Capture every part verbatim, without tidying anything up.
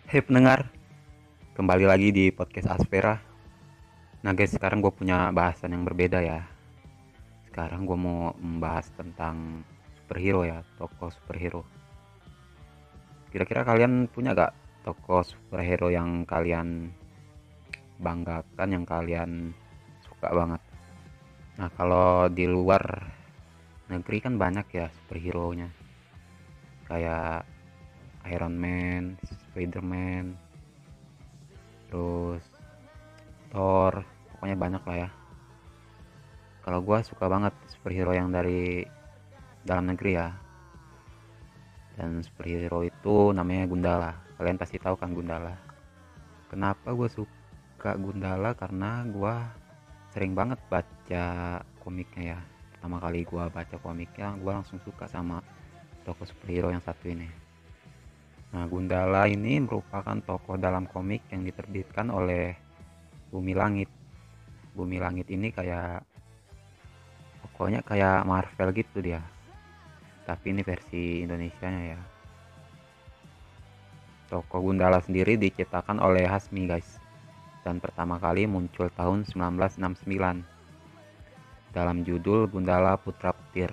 Hei pendengar, kembali lagi di podcast Aspera. Nah guys, sekarang gue punya bahasan yang berbeda ya. Sekarang gue mau membahas tentang superhero ya, tokoh superhero. Kira-kira kalian punya gak tokoh superhero yang kalian banggakan, yang kalian suka banget? Nah kalau di luar negeri kan banyak ya superhero-nya. Kayak Iron Man, Spider-Man, terus Thor, pokoknya banyak lah ya. Kalau gue suka banget superhero yang dari dalam negeri ya, dan superhero itu namanya Gundala. Kalian pasti tahu kan Gundala. Kenapa gue suka Gundala? Karena gue sering banget baca komiknya ya. Pertama kali gue baca komiknya, gue langsung suka sama tokoh superhero yang satu ini. Nah, Gundala ini merupakan tokoh dalam komik yang diterbitkan oleh Bumi Langit. Bumi Langit ini kayak, pokoknya kayak Marvel gitu dia, tapi ini versi Indonesianya ya. Tokoh Gundala sendiri diciptakan oleh Hasmi guys, dan pertama kali muncul tahun seribu sembilan ratus enam puluh sembilan dalam judul Gundala Putra Petir.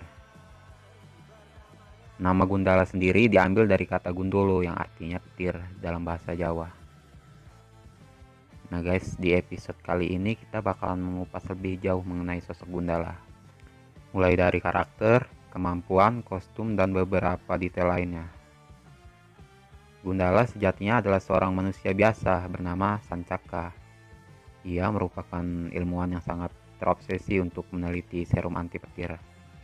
Nama Gundala sendiri diambil dari kata Gundolo yang artinya petir dalam bahasa Jawa. Nah guys, di episode kali ini kita bakalan mengupas lebih jauh mengenai sosok Gundala, mulai dari karakter, kemampuan, kostum, dan beberapa detail lainnya. Gundala sejatinya adalah seorang manusia biasa bernama Sancaka. Ia merupakan ilmuwan yang sangat terobsesi untuk meneliti serum anti petir.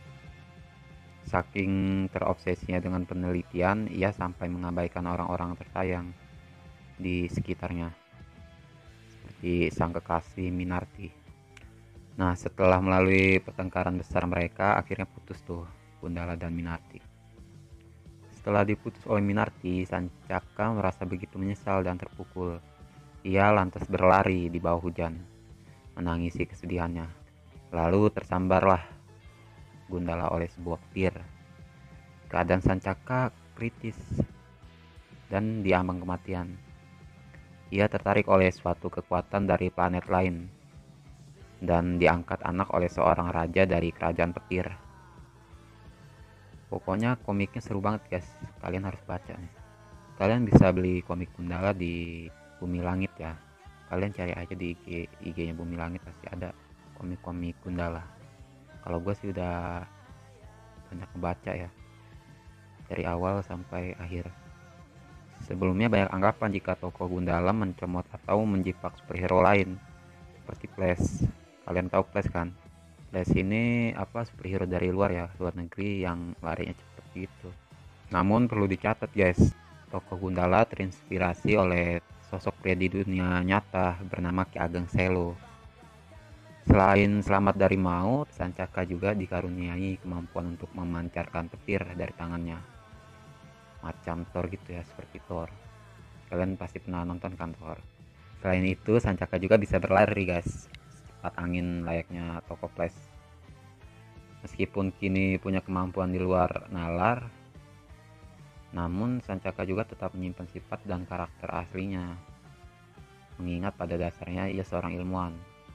Saking terobsesinya dengan penelitian, ia sampai mengabaikan orang-orang tersayang di sekitarnya, seperti sang kekasih Minarti. Nah, setelah melalui pertengkaran besar mereka, akhirnya putus tuh Gundala dan Minarti. Setelah diputus oleh Minarti, Sancaka merasa begitu menyesal dan terpukul. Ia lantas berlari di bawah hujan, menangisi kesedihannya. Lalu tersambarlah Gundala oleh sebuah petir. Keadaan Sancaka kritis dan diambang kematian. Ia tertarik oleh suatu kekuatan dari planet lain dan diangkat anak oleh seorang raja dari kerajaan petir. Pokoknya komiknya seru banget guys, kalian harus baca nih. Kalian bisa beli komik Gundala di Bumi Langit ya. Kalian cari aja di I G, I G-nya Bumi Langit, pasti ada komik-komik Gundala. Kalau gue sih udah banyak ngebaca ya, dari awal sampai akhir. Sebelumnya banyak anggapan jika tokoh Gundala mencomot atau menjiplak superhero lain, seperti Flash. Kalian tahu Flash kan? Flash ini apa, superhero dari luar ya, luar negeri yang larinya cepet gitu. Namun perlu dicatat guys, tokoh Gundala terinspirasi oleh sosok pria di dunia nyata bernama Ki Ageng Selo. Selain selamat dari maut, Sancaka juga dikaruniai kemampuan untuk memancarkan petir dari tangannya, macam Thor gitu ya, seperti Thor. Kalian pasti pernah nonton kan Thor. Selain itu, Sancaka juga bisa berlari guys, secepat angin layaknya tokoh Flash. Meskipun kini punya kemampuan di luar nalar, namun Sancaka juga tetap menyimpan sifat dan karakter aslinya, mengingat pada dasarnya ia seorang ilmuwan.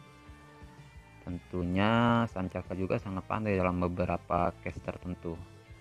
Tentunya Sancaka juga sangat pandai dalam beberapa case tertentu.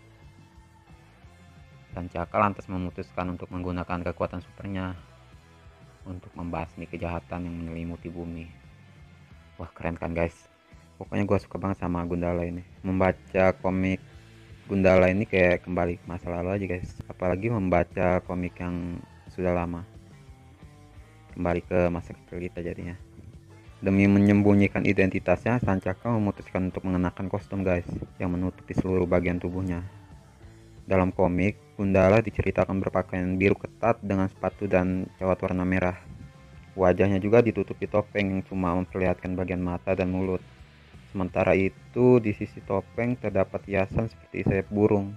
Sancaka lantas memutuskan untuk menggunakan kekuatan supernya untuk membasmi kejahatan yang menyelimuti bumi. Wah, keren kan guys. Pokoknya gue suka banget sama Gundala ini. Membaca komik Gundala ini kayak kembali ke masa lalu aja guys. Apalagi membaca komik yang sudah lama, kembali ke masa kecil kita jadinya. Demi menyembunyikan identitasnya, Sancaka memutuskan untuk mengenakan kostum guys, yang menutupi seluruh bagian tubuhnya. Dalam komik, Gundala diceritakan berpakaian biru ketat dengan sepatu dan cawat warna merah. Wajahnya juga ditutupi topeng yang cuma memperlihatkan bagian mata dan mulut. Sementara itu, di sisi topeng terdapat hiasan seperti sayap burung.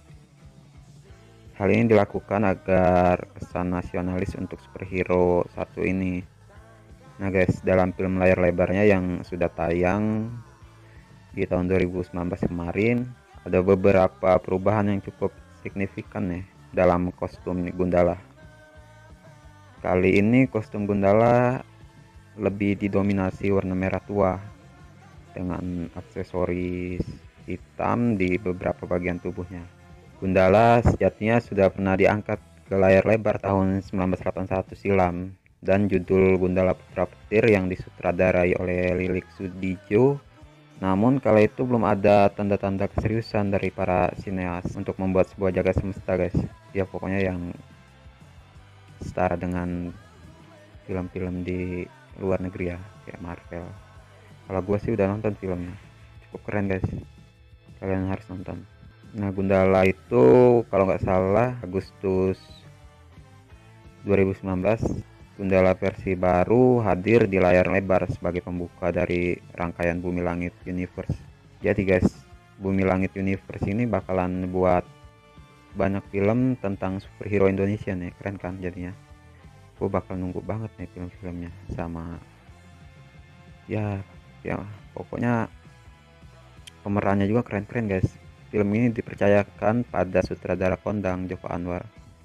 Hal ini dilakukan agar kesan nasionalis untuk superhero satu ini. Nah guys, dalam film layar lebarnya yang sudah tayang di tahun dua ribu sembilan belas kemarin, ada beberapa perubahan yang cukup signifikan nih dalam kostum Gundala. Kali ini kostum Gundala lebih didominasi warna merah tua dengan aksesoris hitam di beberapa bagian tubuhnya. Gundala sejatinya sudah pernah diangkat ke layar lebar tahun seribu sembilan ratus delapan puluh satu silam, dan judul Gundala Putra Petir yang disutradarai oleh Lilik Sudijo. Namun kala itu belum ada tanda-tanda keseriusan dari para sineas untuk membuat sebuah jagat semesta, guys. Ya pokoknya yang setara dengan film-film di luar negeri ya, kayak Marvel. Kalau gue sih udah nonton filmnya, cukup keren guys, kalian harus nonton. Nah, Gundala itu kalau nggak salah Agustus dua ribu sembilan belas, Gundala versi baru hadir di layar lebar sebagai pembuka dari rangkaian Bumi Langit Universe. Jadi guys, Bumi Langit Universe ini bakalan buat banyak film tentang superhero Indonesia nih, keren kan jadinya. Gue bakal nunggu banget nih film-filmnya, sama ya ya pokoknya pemerannya juga keren-keren guys. Film ini dipercayakan pada sutradara kondang Joko Anwar.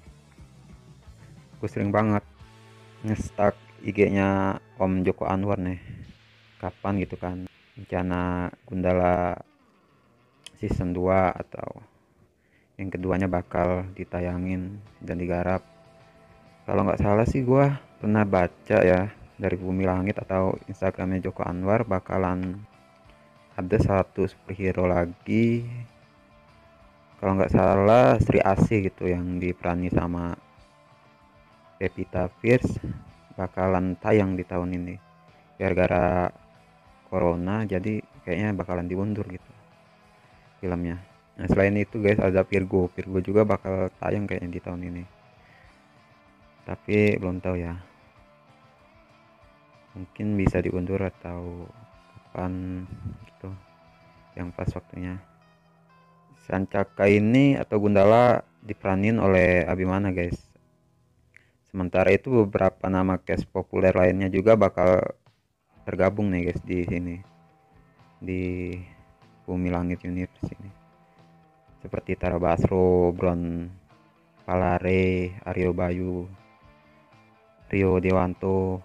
Gue sering banget nge-stalk I G-nya Om Joko Anwar nih, kapan gitu kan rencana Gundala season dua atau yang keduanya bakal ditayangin dan digarap. Kalau nggak salah sih gue pernah baca ya dari Bumi Langit atau Instagramnya Joko Anwar, bakalan ada satu superhero lagi, kalau nggak salah Sri Asih gitu, yang diperani sama Pevita Pierce, bakalan tayang di tahun ini. Gara-gara corona jadi kayaknya bakalan diundur gitu filmnya. Nah selain itu guys, ada Virgo Virgo juga bakal tayang kayaknya di tahun ini, tapi belum tahu ya, mungkin bisa diundur atau kapan gitu yang pas waktunya. Sancaka ini atau Gundala diperanin oleh Abimana guys. Sementara itu beberapa nama cast populer lainnya juga bakal tergabung nih guys di sini, di Bumi Langit Universe ini, seperti Tara Basro, Bron Palare, Aryo Bayu, Rio Dewanto,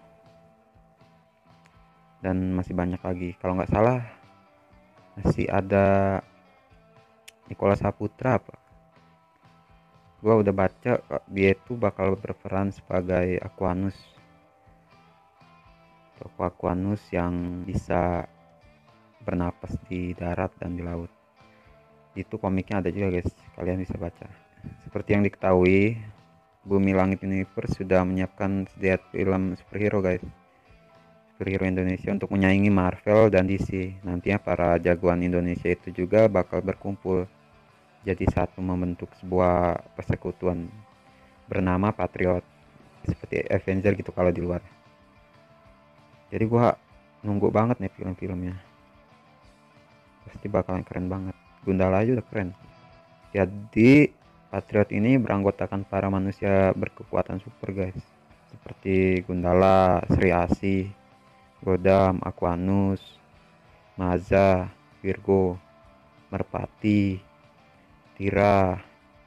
dan masih banyak lagi. Kalau nggak salah masih ada Nicholas Saputra apa. Gua udah baca dia itu bakal berperan sebagai Aquanus, tokoh Aquanus yang bisa bernapas di darat dan di laut. Itu komiknya ada juga guys, kalian bisa baca. Seperti yang diketahui, Bumi Langit Universe sudah menyiapkan sediat film superhero guys, superhero Indonesia untuk menyaingi Marvel dan D C. Nantinya para jagoan Indonesia itu juga bakal berkumpul jadi satu, membentuk sebuah persekutuan bernama Patriot, seperti Avenger gitu kalau di luar. Jadi gua nunggu banget nih film-filmnya, pasti bakalan keren banget. Gundala aja udah keren. Jadi Patriot ini beranggotakan para manusia berkekuatan super guys, seperti Gundala, Sri Asih, Godam, Aquanus, Maza, Virgo, Merpati, Tira,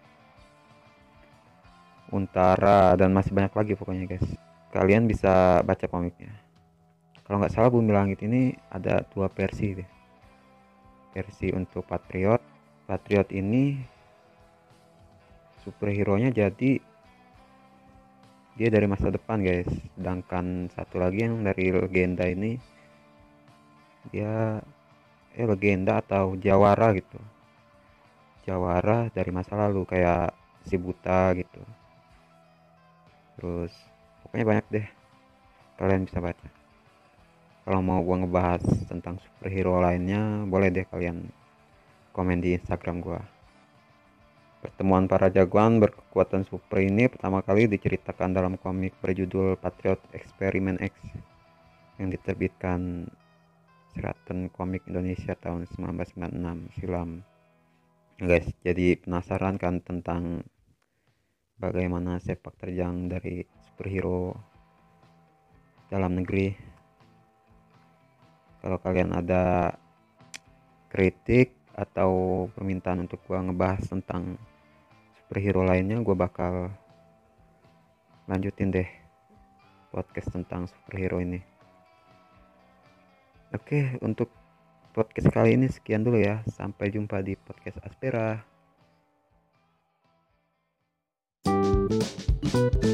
Untara, dan masih banyak lagi pokoknya guys. Kalian bisa baca komiknya. Kalau nggak salah Bumi Langit ini ada dua versi deh. Versi untuk Patriot. Patriot ini superhero nya jadi dia dari masa depan guys. Sedangkan satu lagi yang dari legenda ini dia eh legenda atau jawara gitu. Jawara dari masa lalu kayak si buta gitu. Terus pokoknya banyak deh, kalian bisa baca. Kalau mau gua ngebahas tentang superhero lainnya, boleh deh kalian komen di Instagram gua. Pertemuan para jagoan berkekuatan super ini pertama kali diceritakan dalam komik berjudul Patriot Experiment X yang diterbitkan Sheraton Komik Indonesia tahun seribu sembilan ratus sembilan puluh enam silam. Guys, jadi penasaran kan tentang bagaimana sepak terjang dari superhero dalam negeri? Kalau kalian ada kritik atau permintaan untuk gua ngebahas tentang superhero lainnya, gua bakal lanjutin deh podcast tentang superhero ini. Oke, untuk podcast kali ini sekian dulu ya. Sampai jumpa di podcast Aspera.